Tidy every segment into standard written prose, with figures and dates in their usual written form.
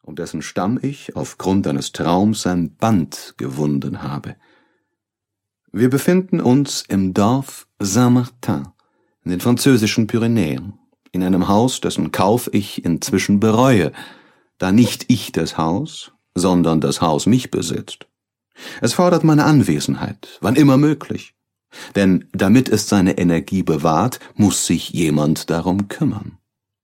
um dessen Stamm ich aufgrund eines Traums ein Band gewunden habe. Wir befinden uns im Dorf Saint-Martin in den französischen Pyrenäen, in einem Haus, dessen Kauf ich inzwischen bereue, da nicht ich das Haus, sondern das Haus mich besitzt. Es fordert meine Anwesenheit, wann immer möglich, denn damit es seine Energie bewahrt, muss sich jemand darum kümmern.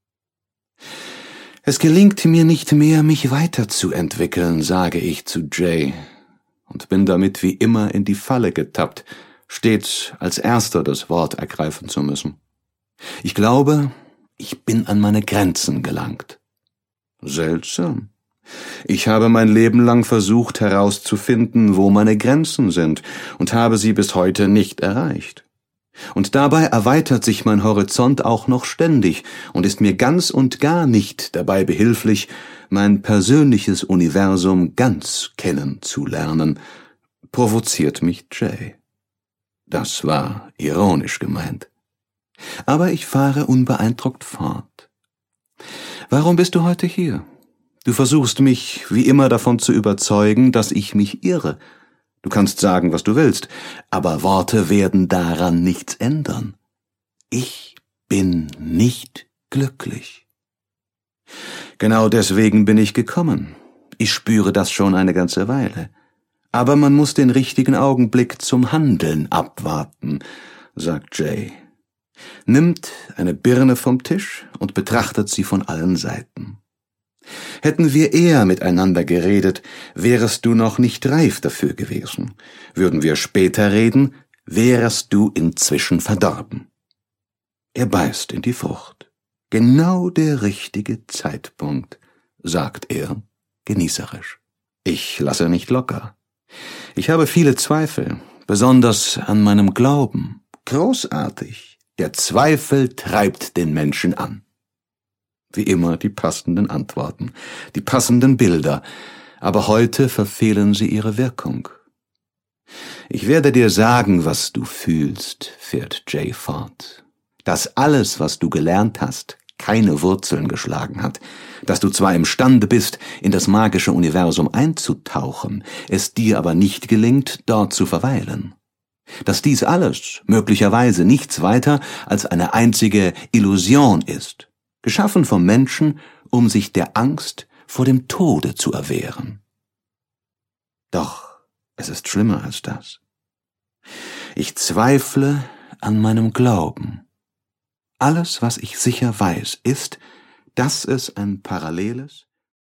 Es gelingt mir nicht mehr, mich weiterzuentwickeln, sage ich zu Jay, und bin damit wie immer in die Falle getappt, stets als Erster das Wort ergreifen zu müssen. Ich glaube, ich bin an meine Grenzen gelangt. Seltsam. Ich habe mein Leben lang versucht herauszufinden, wo meine Grenzen sind, und habe sie bis heute nicht erreicht. Und dabei erweitert sich mein Horizont auch noch ständig und ist mir ganz und gar nicht dabei behilflich, mein persönliches Universum ganz kennenzulernen, provoziert mich Jay. Das war ironisch gemeint. Aber ich fahre unbeeindruckt fort. Warum bist du heute hier? Du versuchst mich wie immer davon zu überzeugen, dass ich mich irre. Du kannst sagen, was du willst, aber Worte werden daran nichts ändern. Ich bin nicht glücklich. Genau deswegen bin ich gekommen. Ich spüre das schon eine ganze Weile. Aber man muss den richtigen Augenblick zum Handeln abwarten, sagt Jay, nimmt eine Birne vom Tisch und betrachtet sie von allen Seiten. Hätten wir eher miteinander geredet, wärest du noch nicht reif dafür gewesen. Würden wir später reden, wärest du inzwischen verdorben. Er beißt in die Frucht. Genau der richtige Zeitpunkt, sagt er, genießerisch. Ich lasse nicht locker. Ich habe viele Zweifel, besonders an meinem Glauben. Großartig. Der Zweifel treibt den Menschen an. Wie immer die passenden Antworten, die passenden Bilder, aber heute verfehlen sie ihre Wirkung. Ich werde dir sagen, was du fühlst, fährt Jay fort. Dass alles, was du gelernt hast, keine Wurzeln geschlagen hat, dass du zwar imstande bist, in das magische Universum einzutauchen, es dir aber nicht gelingt, dort zu verweilen. Dass dies alles möglicherweise nichts weiter als eine einzige Illusion ist, geschaffen vom Menschen, um sich der Angst vor dem Tode zu erwehren. Doch es ist schlimmer als das. Ich zweifle an meinem Glauben. Alles, was ich sicher weiß, ist, dass es ein paralleles,